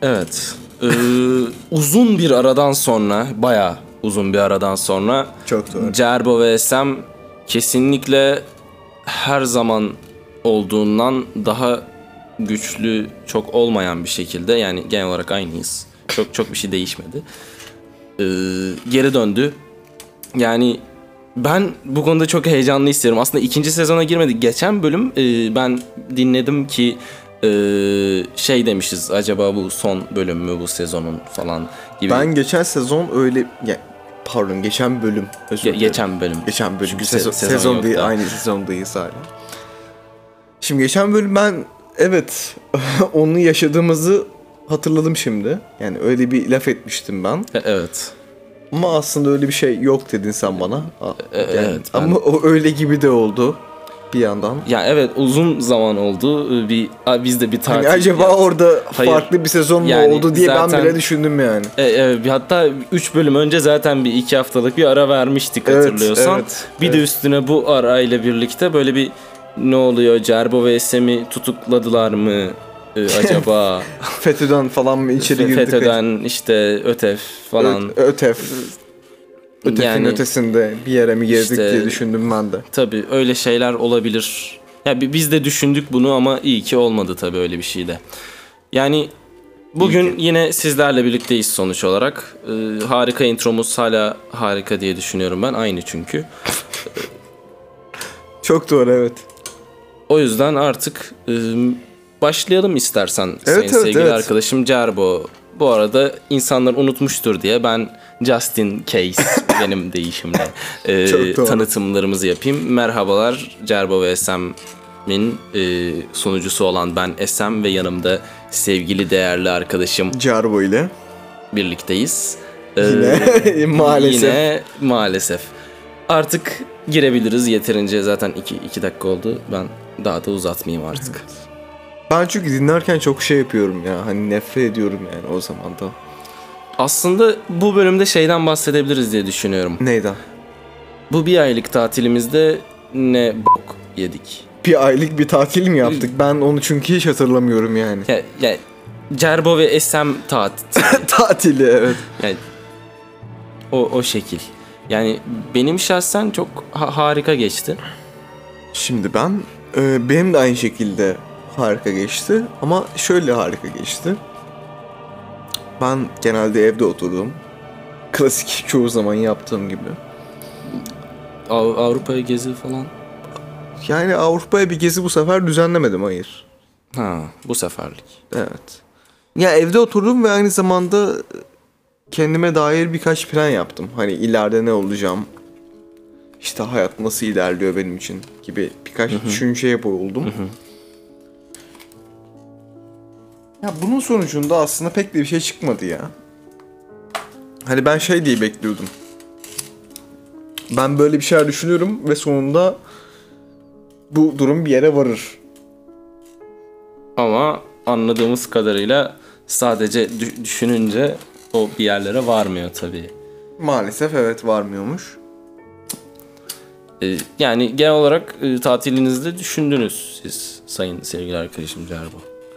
Evet. Uzun bir aradan sonra, bayağı uzun bir aradan sonra çok doğru. Cerbo ve Esem kesinlikle her zaman olduğundan daha güçlü, çok olmayan bir şekilde, yani genel olarak aynıyız. Çok bir şey değişmedi. Geri döndü. Yani ben bu konuda çok heyecanlı istiyorum. Aslında ikinci sezona girmedik. Geçen bölüm ben dinledim ki şey demişiz, acaba bu son bölüm mü bu sezonun falan gibi. Ben geçen sezon öyle pardon geçen bölüm geçen bölüm. Geçen bölüm. Çünkü Sezon değil, aynı sezondayız hala. Şimdi geçen bölüm ben evet onu yaşadığımızı hatırladım şimdi. Yani öyle bir laf etmiştim ben. Evet. Ama aslında öyle bir şey yok dedin sen bana. Yani, evet. Ama o öyle gibi de oldu bir yandan. Ya evet, uzun zaman oldu. Biz de bir tatil. Hani acaba orada farklı bir sezon mu oldu diye zaten, ben bile düşündüm yani. Hatta 3 bölüm önce zaten bir 2 haftalık bir ara vermiştik, hatırlıyorsan. Evet, bir de üstüne bu arayla birlikte böyle bir ne oluyor? Cerbo ve Esem'i tutukladılar mı? Acaba FETÖ'den falan mı içeri girdik? FETÖ'den işte ÖTEF falan. ÖTEF'in yani, ötesinde bir yere mi girdik işte, diye düşündüm ben de. Tabii öyle şeyler olabilir. Ya biz de düşündük bunu ama iyi ki olmadı tabii öyle bir şey de. Yani bugün yine sizlerle birlikteyiz sonuç olarak. Harika intromuz hala harika diye düşünüyorum ben. Aynı çünkü. Çok doğru, evet. O yüzden artık başlayalım istersen sevgili arkadaşım Cerbo. Bu arada insanlar unutmuştur diye ben Justin Case benim değişimle tanıtımlarımızı yapayım. Merhabalar, Cerbo ve Esem'in sunucusu olan ben Esem ve yanımda sevgili değerli arkadaşım Cerbo ile birlikteyiz. Yine maalesef. Artık girebiliriz yeterince, zaten 2 dakika oldu. Ben daha da uzatmayayım artık. Evet. Ben çünkü dinlerken çok şey yapıyorum ya. Hani nefret ediyorum yani o zaman da. Aslında bu bölümde şeyden bahsedebiliriz diye düşünüyorum. Neyden? Bu bir aylık tatilimizde ne bok yedik. Bir aylık bir tatil mi yaptık? Ben onu çünkü hiç hatırlamıyorum yani. Ya Cerbo ve Esem tatili, evet. Yani o şekil. Yani benim şahsen çok harika geçti. Şimdi benim de aynı şekilde harika geçti ama şöyle harika geçti. Ben genelde evde oturdum. Klasik çoğu zaman yaptığım gibi. Avrupa'ya gezi falan. Yani Avrupa'ya bir gezi bu sefer düzenlemedim, hayır. Bu seferlik. Evet. Ya evde oturdum ve aynı zamanda kendime dair birkaç plan yaptım. Hani ileride ne olacağım? İşte hayat nasıl ilerliyor benim için gibi birkaç düşünceye boğuldum. Ya bunun sonucunda aslında pek de bir şey çıkmadı ya. Hani ben şey diye bekliyordum. Ben böyle bir şeyler düşünüyorum ve sonunda bu durum bir yere varır. Ama anladığımız kadarıyla sadece düşününce o bir yerlere varmıyor tabii. Maalesef evet, varmıyormuş. Yani genel olarak tatilinizde düşündünüz siz sayın sevgili arkadaşım Cerbo.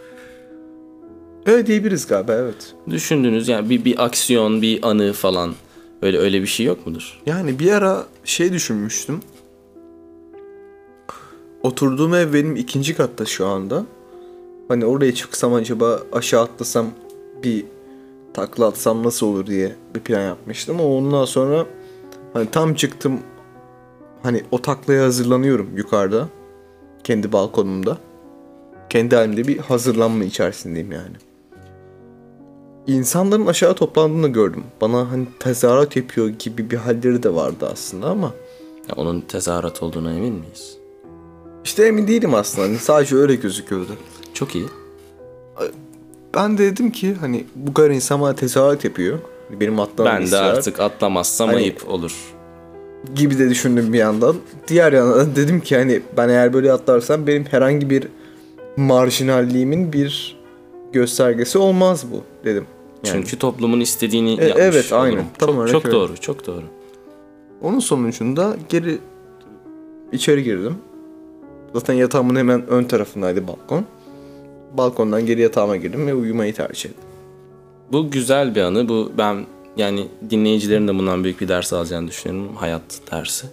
Öyle diyebiliriz galiba, evet. Düşündünüz yani bir aksiyon, bir anı falan, öyle bir şey yok mudur? Yani bir ara şey düşünmüştüm. Oturduğum ev benim 2. katta şu anda. Hani oraya çıksam acaba aşağı atlasam bir takla atsam nasıl olur diye bir plan yapmıştım. Ama ondan sonra hani tam çıktım, hani o taklaya hazırlanıyorum yukarıda. Kendi balkonumda. Kendi halimde bir hazırlanma içerisindeyim yani. İnsanların aşağı toplandığını gördüm. Bana hani tezahürat yapıyor gibi bir halleri de vardı aslında ama. Ya onun tezahürat olduğuna emin miyiz? İşte emin değilim aslında. Hani sadece öyle gözüküyordu. Çok iyi. Ben de dedim ki hani bu kadar insan bana tezahürat yapıyor. Benim atlamam ben de artık atlamazsam hani, ayıp olur. Gibi de düşündüm bir yandan. Diğer yandan dedim ki hani ben eğer böyle atlarsam benim herhangi bir marjinalliğimin bir göstergesi olmaz bu dedim. Yani. Çünkü toplumun istediğini yapmış. Evet, aynen. Çok doğru, çok doğru. Onun sonucunda içeri girdim. Zaten yatağımın hemen ön tarafındaydı balkon. Balkondan geri yatağıma girdim ve uyumayı tercih ettim. Bu güzel bir anı. Bu ben yani dinleyicilerin de bundan büyük bir ders alacağını düşünüyorum. Hayat dersi.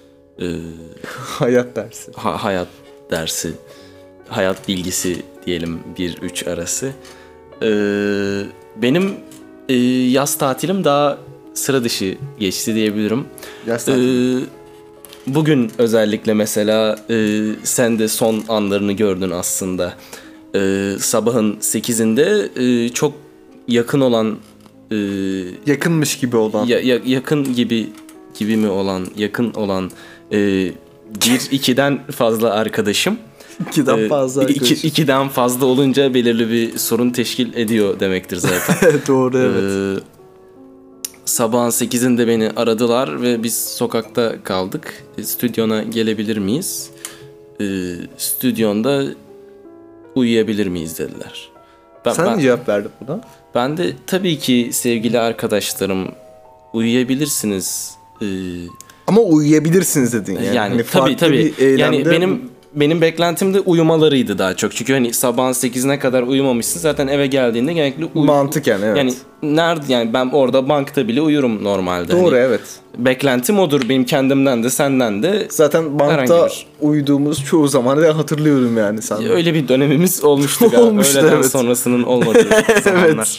Hayat dersi. Hayat dersi. Hayat bilgisi diyelim 1-3 arası. Benim yaz tatilim daha sıra dışı geçti diyebilirim. Yaz tatili. Bugün özellikle mesela sen de son anlarını gördün aslında. Sabahın 8'inde çok yakın olan Yakınmış gibi olan. yakın gibi mi olan yakın olan 1-2'den fazla arkadaşım. 2'den fazla arkadaşım. 2'den fazla olunca belirli bir sorun teşkil ediyor demektir zaten. Doğru, evet. Sabahın 8'inde beni aradılar ve biz sokakta kaldık. Stüdyona gelebilir miyiz? Stüdyonda uyuyabilir miyiz dediler. Sen cevap verdin buna? Ben de tabii ki sevgili arkadaşlarım uyuyabilirsiniz. Ama uyuyabilirsiniz dedin yani. Yani hani tabii. Yani benim beklentim de uyumalarıydı daha çok. Çünkü hani sabahın 8'ine kadar uyumamışsın. Zaten eve geldiğinde genellikle mantıken evet. Yani nerede yani ben orada bankta bile uyurum normalde. Doğru, hani evet. Beklentim odur benim kendimden de senden de. Zaten bankta uyuduğumuz çoğu zaman da hatırlıyorum yani sen. Öyle bir dönemimiz olmuştu galiba. Olmuştu, öğleden evet. sonrasının olmadığı zamanlar.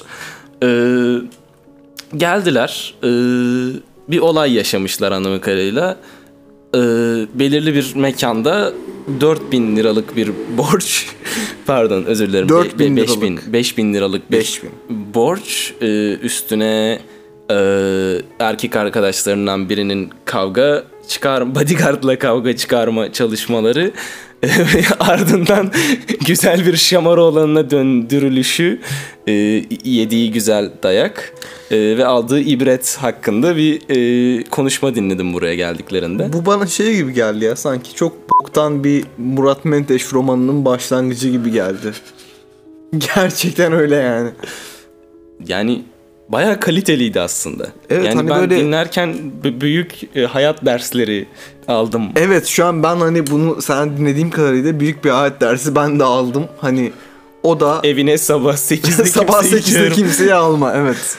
Geldiler. Bir olay yaşamışlar anladığım kadarıyla. Belirli bir mekanda 4.000 liralık bir borç pardon özür dilerim 5.000 liralık bir borç üstüne erkek arkadaşlarından birinin bodyguardla kavga çıkarma çalışmaları ardından güzel bir şamar olanına döndürülüşü, yediği güzel dayak ve aldığı ibret hakkında bir konuşma dinledim buraya geldiklerinde. Bu bana şey gibi geldi ya, sanki çok boktan bir Murat Menteş romanının başlangıcı gibi geldi. Gerçekten öyle yani. Yani bayağı kaliteliydi aslında. Evet, yani hani ben böyle dinlerken büyük hayat dersleri aldım. Evet, şu an ben hani bunu sen dinlediğim kadarıyla büyük bir hayat dersi ben de aldım. Hani o da evine sabah 8'de sabah 8'de kimseyi alma, evet.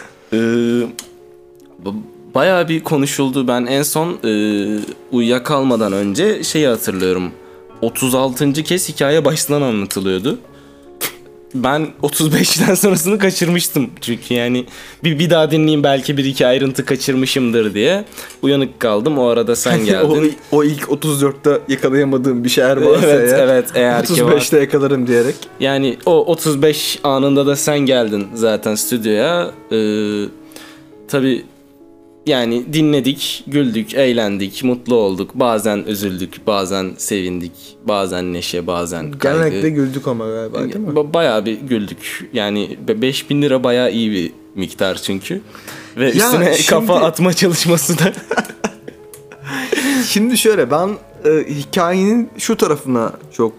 Bayağı bir konuşuldu. Ben en son uyuyakalmadan önce şeyi hatırlıyorum. 36. kez hikaye baştan anlatılıyordu. Ben 35'ten sonrasını kaçırmıştım. Çünkü yani bir daha dinleyeyim belki bir iki ayrıntı kaçırmışımdır diye. Uyanık kaldım. O arada sen geldin. o ilk 34'te yakalayamadığım bir şeyler varsa evet, eğer 35'te yakalarım diyerek. Yani o 35 anında da sen geldin zaten stüdyoya. Tabii yani dinledik, güldük, eğlendik, mutlu olduk. Bazen üzüldük, bazen sevindik, bazen neşe, bazen kaygı. Genellikle güldük ama galiba, değil mi? Bayağı bir güldük. Yani 5.000 lira bayağı iyi bir miktar çünkü. Ve üstüne kafa atma çalışması da. Şimdi şöyle, ben hikayenin şu tarafını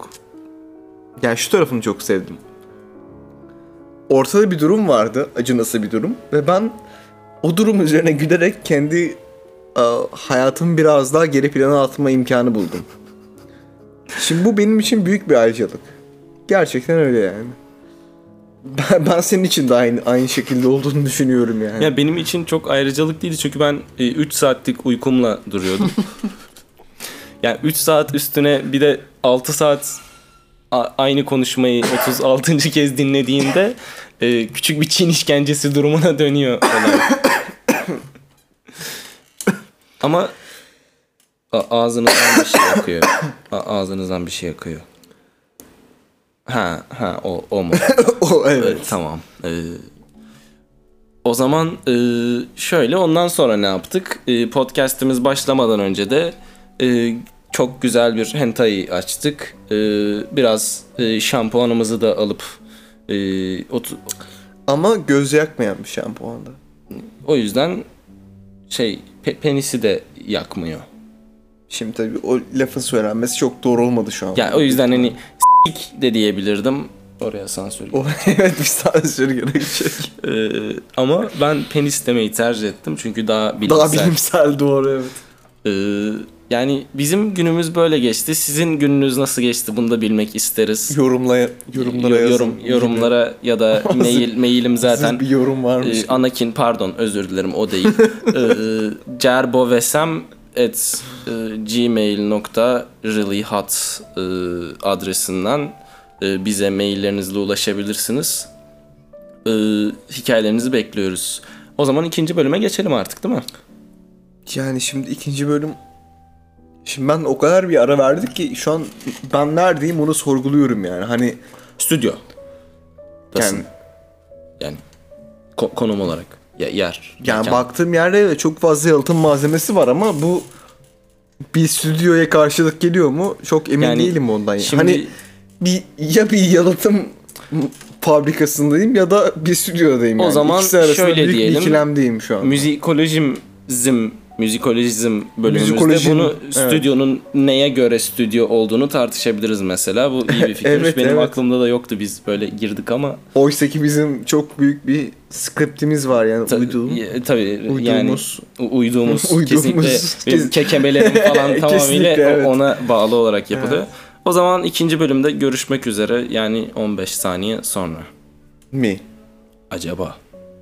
çok sevdim. Ortada bir durum vardı, acınası bir durum. Ve ben o durum üzerine gülerek kendi hayatımı biraz daha geri plana atma imkanı buldum. Şimdi bu benim için büyük bir ayrıcalık. Gerçekten öyle yani. Ben senin için de aynı şekilde olduğunu düşünüyorum yani. Ya benim için çok ayrıcalık değildi çünkü ben 3 saatlik uykumla duruyordum. Yani 3 saat üstüne bir de 6 saat aynı konuşmayı 36. kez dinlediğinde küçük bir Çin işkencesi durumuna dönüyor olay. Ama ağzınızdan bir şey akıyor. Ağzınızdan bir şey akıyor. O mu? O, evet. Tamam. O zaman şöyle, ondan sonra ne yaptık? Podcast'imiz başlamadan önce de çok güzel bir hentai açtık. Biraz şampuanımızı da alıp ama göz yakmayan bir şampuanda. O yüzden penisi de yakmıyor. Şimdi tabii o lafın söylenmesi çok doğru olmadı şu an. Yani o yüzden hani s**k de diyebilirdim. Oraya sansür. Evet, bir sansür gerekecek. Ama ben penis demeyi tercih ettim çünkü daha bilimsel. Daha bilimsel, doğru, evet. Yani bizim günümüz böyle geçti. Sizin gününüz nasıl geçti? Bunu da bilmek isteriz. Yorumlara yazın. Yorumlara ya da mailim zaten. Bir yorum varmış. Anakin, pardon, özür dilerim, o değil. cerbovesem@gmail.reallyhot adresinden bize maillerinizle ulaşabilirsiniz. Hikayelerinizi bekliyoruz. O zaman ikinci bölüme geçelim artık, değil mi? Yani şimdi ikinci bölüm... Şimdi ben o kadar bir ara verdik ki şu an ben neredeyim onu sorguluyorum yani. Hani stüdyo. Yani konum olarak yer. Yani mekan. baktığım yerde çok fazla yalıtım malzemesi var ama bu bir stüdyoya karşılık geliyor mu? Çok emin değilim ondan. Şimdi... Hani bir yalıtım fabrikasındayım ya da bir stüdyodayım. O zaman şöyle büyük diyelim. Bir ikilemdeyim şu an. Müzikolojizm bölümümüzde bunu stüdyonun neye göre stüdyo olduğunu tartışabiliriz mesela. Bu iyi bir fikir. Benim aklımda da yoktu, biz böyle girdik ama. Oysa ki bizim çok büyük bir skriptimiz var yani uyduğumuz kesinlikle benim kekemelerim falan tamamıyla ona bağlı olarak yapılıyor. Evet. O zaman ikinci bölümde görüşmek üzere, yani 15 saniye sonra. Mi? Acaba?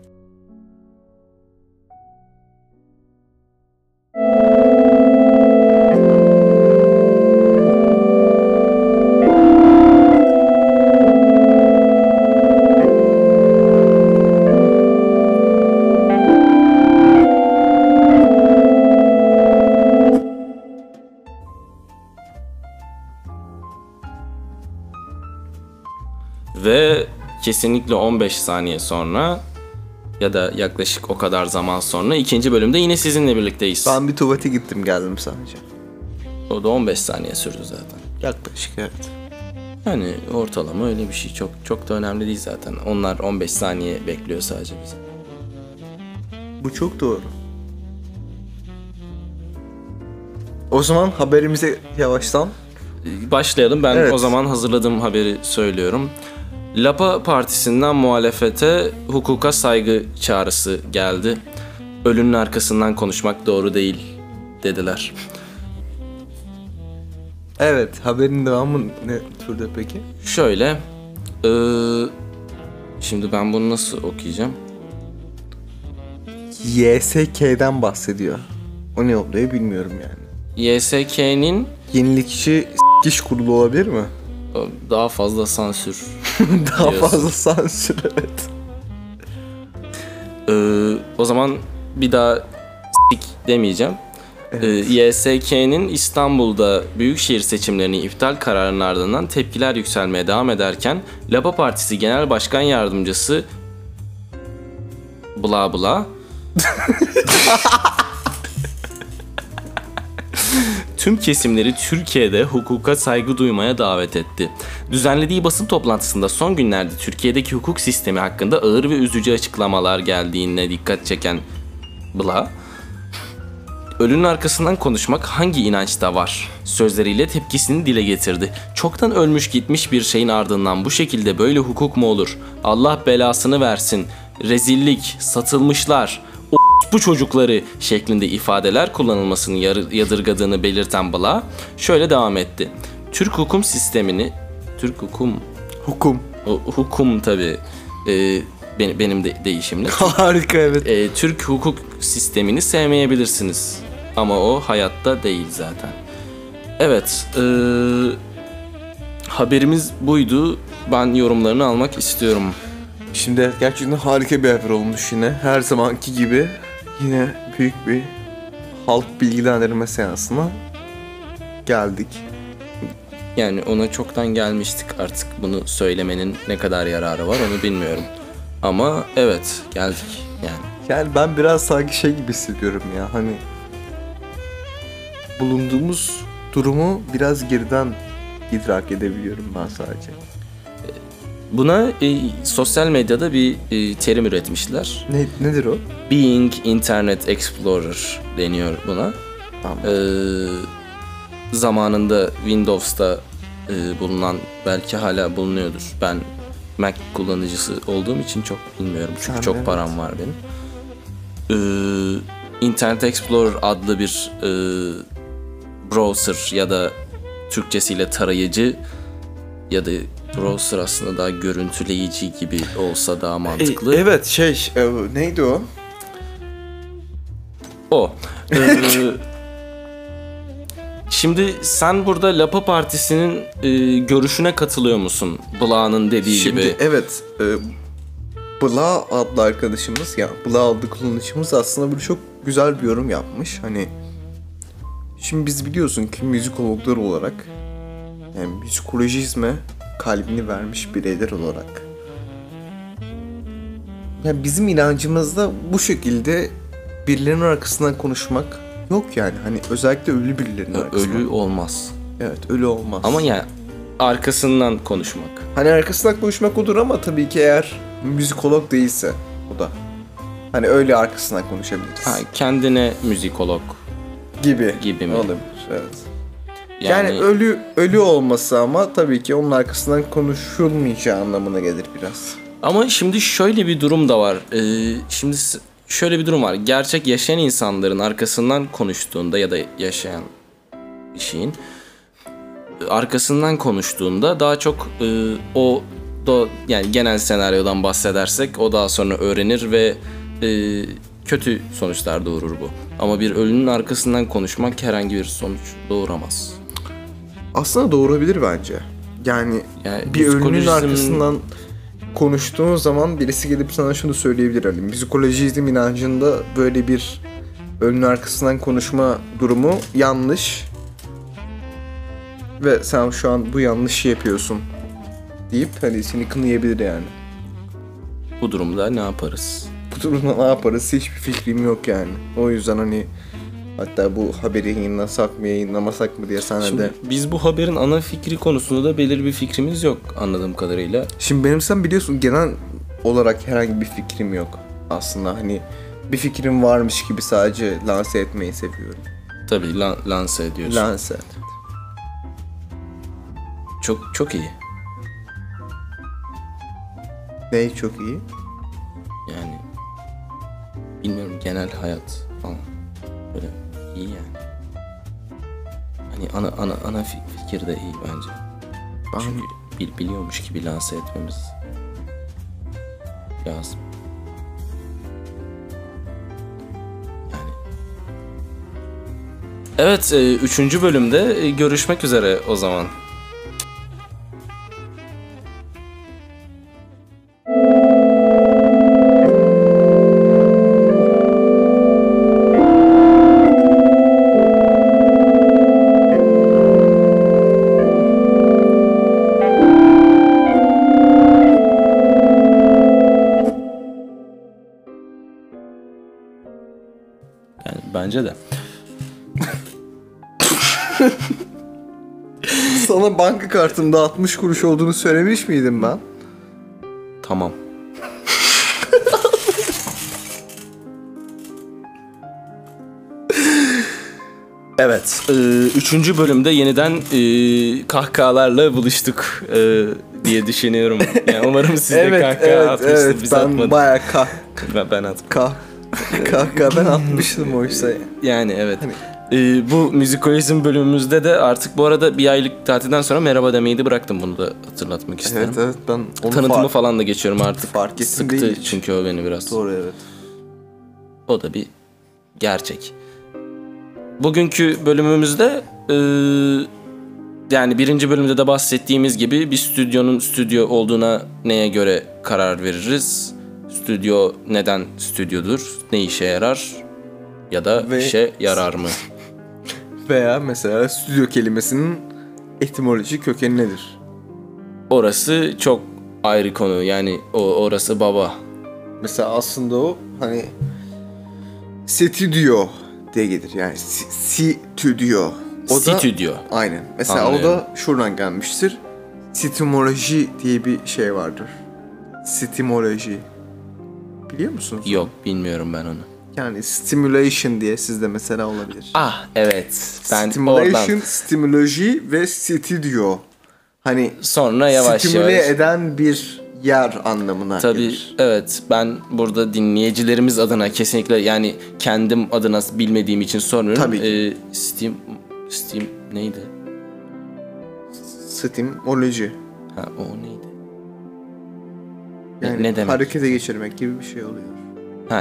Ve kesinlikle 15 saniye sonra ya da yaklaşık o kadar zaman sonra ikinci bölümde yine sizinle birlikteyiz. Ben bir tuvalete gittim geldim sadece. O da 15 saniye sürdü zaten. Yaklaşık, evet. Yani ortalama öyle bir şey, çok da önemli değil zaten. Onlar 15 saniye bekliyor sadece bizi. Bu çok doğru. O zaman haberimize yavaştan başlayalım. Ben o zaman hazırladığım haberi söylüyorum. Lapa Partisi'nden muhalefete hukuka saygı çağrısı geldi. Ölünün arkasından konuşmak doğru değil dediler. Evet, haberin devamı ne türde peki? Şöyle, şimdi ben bunu nasıl okuyacağım? YSK'den bahsediyor. O ne oluyor bilmiyorum yani. YSK'nin Yenilikçi s**kiş kurulu olabilir mi? Daha fazla sansür. Daha fazla sansür, evet. O zaman bir daha s**k demeyeceğim. Evet. YSK'nin İstanbul'da büyükşehir seçimlerini iptal kararının ardından tepkiler yükselmeye devam ederken Lapa Partisi Genel Başkan Yardımcısı bla bla tüm kesimleri Türkiye'de hukuka saygı duymaya davet etti. Düzenlediği basın toplantısında son günlerde Türkiye'deki hukuk sistemi hakkında ağır ve üzücü açıklamalar geldiğine dikkat çeken bla, ölünün arkasından konuşmak hangi inançta var sözleriyle tepkisini dile getirdi. Çoktan ölmüş gitmiş bir şeyin ardından bu şekilde böyle hukuk mu olur? Allah belasını versin. Rezillik, satılmışlar, bu çocukları şeklinde ifadeler kullanılmasını yadırgadığını belirten Bla şöyle devam etti. Türk hukum sistemini, hukum tabii benim de değişimle. Harika, evet. Türk hukuk sistemini sevmeyebilirsiniz ama o hayatta değil zaten. Evet, haberimiz buydu. Ben yorumlarını almak istiyorum. Şimdi gerçekten harika bir haber olmuş yine. Her zamanki gibi yine büyük bir halk bilgilendirme seansına geldik. Yani ona çoktan gelmiştik, artık bunu söylemenin ne kadar yararı var onu bilmiyorum. Ama evet, geldik yani. Yani ben biraz sanki şey gibi hissediyorum ya, hani bulunduğumuz durumu biraz geriden idrak edebiliyorum ben sadece. Buna sosyal medyada bir terim üretmişler. Nedir o? Being Internet Explorer deniyor buna. Tamam. Zamanında Windows'ta bulunan, belki hala bulunuyordur. Ben Mac kullanıcısı olduğum için çok bilmiyorum. Çünkü çok param var benim. Internet Explorer adlı bir browser ya da Türkçesiyle tarayıcı ya da browser aslında daha görüntüleyici gibi olsa daha mantıklı. Evet neydi o? O. Şimdi sen burada Lapa Partisi'nin görüşüne katılıyor musun? Bla'nın dediği Şimdi gibi. evet, Bla adlı arkadaşımız, ya Bla adlı kullanıcımız aslında böyle çok güzel bir yorum yapmış. Hani şimdi biz biliyorsun ki müzikologlar olarak, yani müzikolojizme kalbini vermiş bireyler olarak, yani bizim inancımızda bu şekilde birilerinin arkasından konuşmak yok yani. Hani özellikle ölü birilerinin arkasından. Ölü olmaz. Evet, ölü olmaz. Ama yani arkasından konuşmak. Hani arkasından konuşmak olur ama tabii ki eğer müzikolog değilse o da. Hani öyle arkasından konuşabiliriz. Ha, kendine müzikolog gibi mi? Olabilir, evet. Yani ölü olması ama tabii ki onun arkasından konuşulmayacağı anlamına gelir biraz. Ama şimdi şöyle bir durum da var. Şimdi şöyle bir durum var. Gerçek yaşayan insanların arkasından konuştuğunda ya da yaşayan bir şeyin arkasından konuştuğunda daha çok o da, yani genel senaryodan bahsedersek o daha sonra öğrenir ve kötü sonuçlar doğurur bu. Ama bir ölünün arkasından konuşmak herhangi bir sonuç doğuramaz. Aslında doğurabilir bence. Yani bir ölünün arkasından konuştuğun zaman birisi gelip sana şunu söyleyebilir. Hani müzikolojizm inancında böyle bir ölünün arkasından konuşma durumu yanlış. Ve sen şu an bu yanlışı yapıyorsun deyip hani seni kınayabilir yani. Bu durumda ne yaparız? Bu durumda ne yaparız hiçbir fikrim yok yani. O yüzden hani hatta bu haberi yayınlasak mı yayınlamasak mı diye sana de. Biz bu haberin ana fikri konusunda da belirli bir fikrimiz yok anladığım kadarıyla. Şimdi benim, sen biliyorsun, genel olarak herhangi bir fikrim yok. Aslında hani bir fikrim varmış gibi sadece lanse etmeyi seviyorum. Tabii lanse ediyorsun. Lanse. Çok iyi. Ne çok iyi? Yani bilmiyorum, genel hayat falan böyle iyi yani. Hani ana fikir de iyi bence. Çünkü biliyormuş gibi lanse etmemiz lazım. Yani. Evet, 3. bölümde görüşmek üzere o zaman. Bence de. Sana banka kartımda 60 kuruş olduğunu söylemiş miydim ben? Tamam. Evet. 3. bölümde yeniden kahkahalarla buluştuk diye düşünüyorum. Yani umarım siz de kahkaha atmışsınız. Biz ben atmadık. bayağı ben attım. kahkaha ben atmıştım oysa. Yani evet. Hani... bu müzikolojizm bölümümüzde de artık bu arada bir aylık tatilden sonra merhaba demeyi de bıraktım, bunu da hatırlatmak isterim. Evet ben onu tanıtımı falan da geçiyorum artık. Fark ettim, sıktı değil çünkü o beni biraz. Doğru, evet. O da bir gerçek. Bugünkü bölümümüzde yani 1. bölümde de bahsettiğimiz gibi bir stüdyonun stüdyo olduğuna neye göre karar veririz? Stüdyo neden stüdyodur? Ne işe yarar? Ya da işe yarar mı? Veya mesela stüdyo kelimesinin etimolojik kökeni nedir? Orası çok ayrı konu. Yani orası baba. Mesela aslında o hani stüdyo diye gelir. Yani stüdyo. Stüdyo. Aynen. Mesela anlıyorum. O da şuradan gelmiştir. Stimoloji diye bir şey vardır. Stimoloji. Biliyor musunuz? Yok, bilmiyorum ben onu. Yani stimulation diye sizde mesela olabilir. Ah evet. Ben stimulation, stimoloji ve stüdyo. Hani sonra yavaş stimüle eden bir yer anlamına tabii gelir. Evet, ben burada dinleyicilerimiz adına kesinlikle, yani kendim adına bilmediğim için sormuyorum. Tabii. Steam neydi? Steamoloji. Ha, o neydi? Yani ne demek? harekete geçirmek gibi bir şey oluyor. Ha,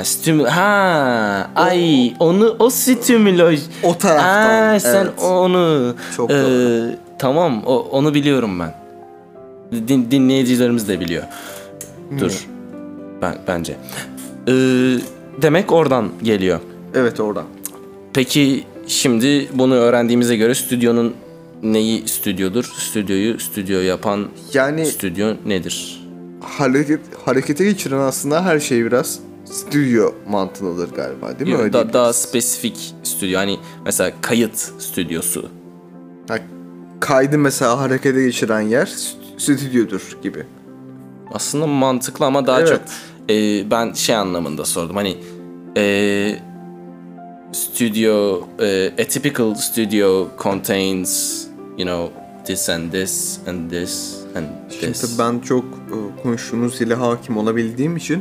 ay onu o stimüloji. O taraftan. Sen evet. onu. Çok doğru. Tamam, onu biliyorum ben. Dinleyicilerimiz de biliyor. Dur. Bence. Demek oradan geliyor. Evet, oradan. Peki şimdi bunu öğrendiğimize göre stüdyonun neyi stüdyodur? Stüdyo yapan Yani stüdyo nedir? harekete geçiren aslında her şey biraz stüdyo mantığındadır galiba, değil mi? Öyle Daha spesifik stüdyo. Hani mesela kayıt stüdyosu. ha, kaydı mesela harekete geçiren yer stüdyodur gibi. Aslında mantıklı ama daha Evet. çok ben şey anlamında sordum. Hani studio, a typical studio contains, this and this and this and this. Şimdi ben çok konuştuğunuz dile hakim olabildiğim için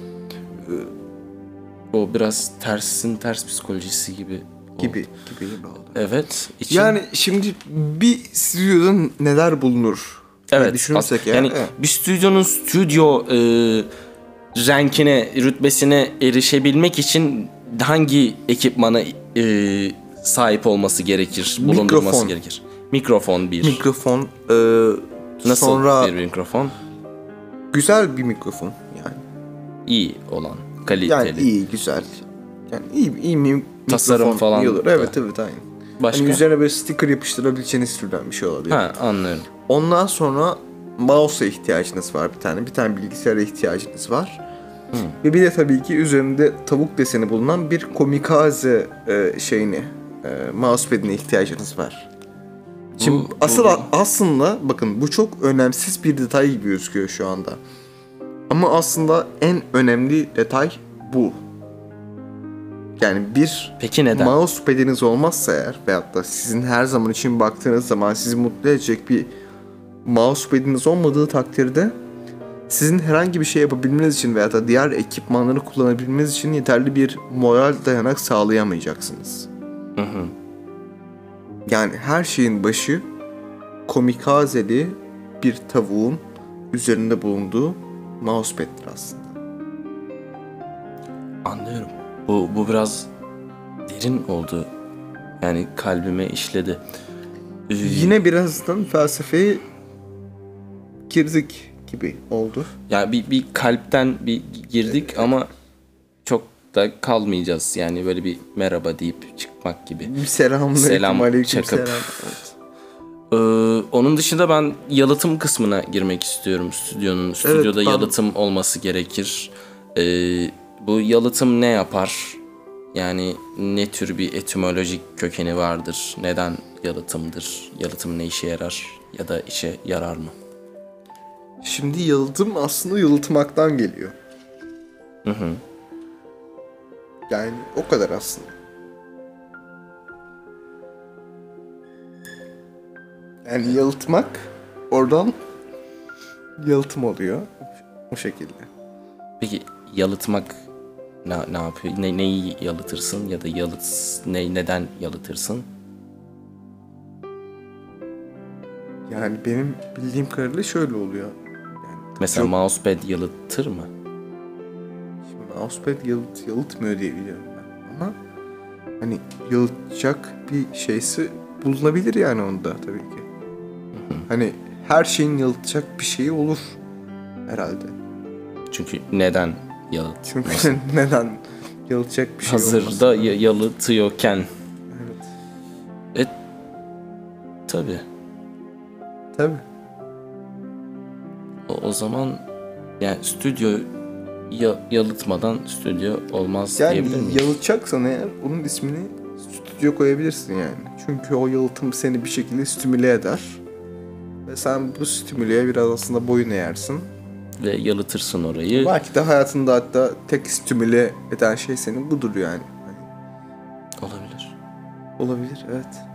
O biraz ters psikolojisi gibi gibi oldu. Evet. Yani şimdi bir stüdyoda neler bulunur? Evet. Düşünürsek Yani evet. bir stüdyonun stüdyo rankine, rütbesine erişebilmek için hangi ekipmana sahip olması gerekir, bulundurması Mikrofon. gerekir? Mikrofon bir. Mikrofon Nasıl sonra bir mikrofon? güzel bir mikrofon yani. İyi olan, kaliteli. Yani iyi, güzel. Yani iyi mikrofon. Tasarım falan iyi olur. da. Evet, aynen. Başka? Hani üzerine böyle sticker yapıştırabileceğiniz türden bir şey olabilir. Ha, anlıyorum. Ondan sonra mouse'a ihtiyacınız var bir tane. Bir tane bilgisayara ihtiyacınız var. Ve bir de tabii ki üzerinde tavuk deseni bulunan bir komikaze mousepad'ine ihtiyacınız var. Şimdi aslında bakın bu çok önemsiz bir detay gibi gözüküyor şu anda. Ama aslında en önemli detay bu. Yani Peki neden? mousepad'iniz olmazsa eğer veyahut da sizin her zaman için baktığınız zaman sizi mutlu edecek bir mousepad'iniz olmadığı takdirde sizin herhangi bir şey yapabilmeniz için veyahut da diğer ekipmanları kullanabilmeniz için yeterli bir moral dayanak sağlayamayacaksınız. Yani her şeyin başı komikazeli bir tavuğun üzerinde bulunduğu mousepad'tir aslında. Anlıyorum. Bu biraz derin oldu. Yani kalbime işledi. Yine birazdan felsefeye girdik gibi oldu. Yani bir kalpten bir girdik ama çok da kalmayacağız. Yani böyle bir merhaba deyip çıkmak gibi. Bir selam aleyküm çakıp. selam. Evet. Onun dışında ben yalıtım kısmına girmek istiyorum stüdyonun. Stüdyoda yalıtım olması gerekir. Bu yalıtım ne yapar? Yani ne tür bir etimolojik kökeni vardır? Neden yalıtımdır? Yalıtım ne işe yarar? Ya da işe yarar mı? Şimdi yalıtım aslında yalıtmaktan geliyor. Yani o kadar aslında. Yani yalıtmak oradan yalıtım oluyor. O şekilde. Peki yalıtmak ne yapıyor? Neyi yalıtırsın ya da neden yalıtırsın? Yani benim bildiğim kadarıyla şöyle oluyor. Mesela mousepad yalıtır mı? Şimdi mousepad yalıtmıyor diye biliyorum ben. Ama hani yalıtacak bir şeysi bulunabilir yani onda tabii ki. Hani her şeyin yalıtacak bir şeyi olur herhalde. Çünkü neden yalıt? Çünkü neden yalıtacak bir şey Hazırda yalıtıyorken. Evet. Tabii. Tabii. O zaman yani stüdyo yalıtmadan stüdyo olmaz Yani diyebilir miyim? yalıtacaksan eğer onun ismini stüdyo koyabilirsin yani. Çünkü o yalıtım seni bir şekilde stimüle eder. Ve sen bu stimüleye biraz aslında boyun eğersin. Ve yalıtırsın orayı. Belki de hayatında hatta tek stimüle eden şey senin budur yani. Olabilir. Olabilir, evet.